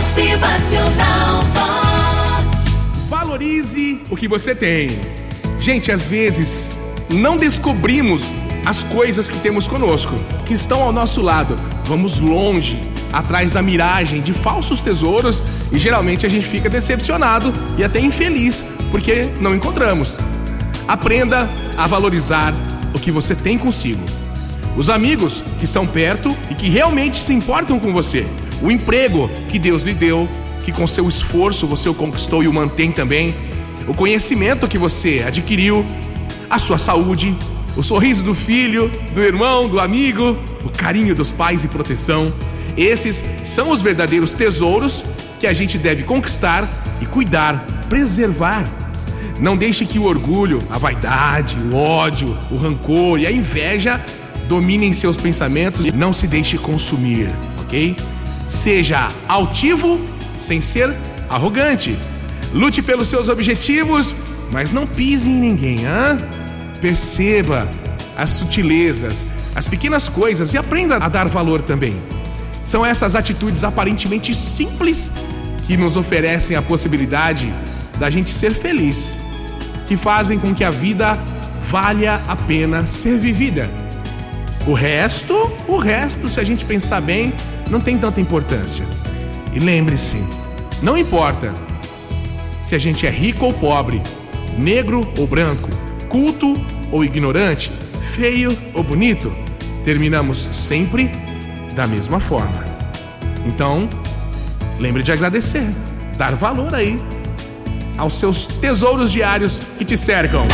Motivacional Vox. Valorize o que você tem. Gente, às vezes não descobrimos as coisas que temos conosco, que estão ao nosso lado. Vamos longe, atrás da miragem de falsos tesouros, e geralmente a gente fica decepcionado e até infeliz porque não encontramos. Aprenda a valorizar o que você tem consigo. Os amigos que estão perto e que realmente se importam com você. O emprego que Deus lhe deu, que com seu esforço você o conquistou e o mantém também. O conhecimento que você adquiriu, a sua saúde, o sorriso do filho, do irmão, do amigo, o carinho dos pais e proteção. Esses são os verdadeiros tesouros que a gente deve conquistar e cuidar, preservar. Não deixe que o orgulho, a vaidade, o ódio, o rancor e a inveja dominem seus pensamentos e não se deixe consumir, ok? Seja altivo sem ser arrogante. Lute pelos seus objetivos, mas não pise em ninguém, hein? Perceba as sutilezas, as pequenas coisas e aprenda a dar valor também. São essas atitudes aparentemente simples que nos oferecem a possibilidade da gente ser feliz, que fazem com que a vida valha a pena ser vivida. O resto, se a gente pensar bem, não tem tanta importância. E lembre-se, não importa se a gente é rico ou pobre, negro ou branco, culto ou ignorante, feio ou bonito, terminamos sempre da mesma forma. Então, lembre de agradecer, dar valor aí aos seus tesouros diários que te cercam.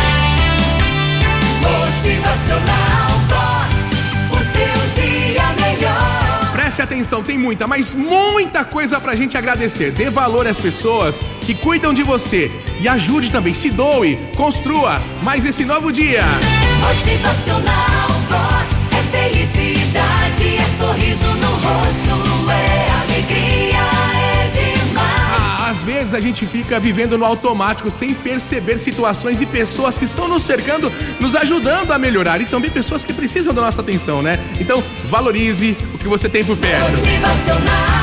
Motivacional Vox, o seu dia melhor. Preste atenção, tem muita, mas muita coisa pra gente agradecer. Dê valor às pessoas que cuidam de você e ajude também, se doe, construa mais esse novo dia. Motivacional Vox é felicidade, é sorriso no rosto, é alegria, é demais. Às vezes a gente fica vivendo no automático sem perceber situações e pessoas que estão nos cercando, nos ajudando a melhorar, e também pessoas que precisam da nossa atenção, né? Então valorize o que você tem por perto. Motivacional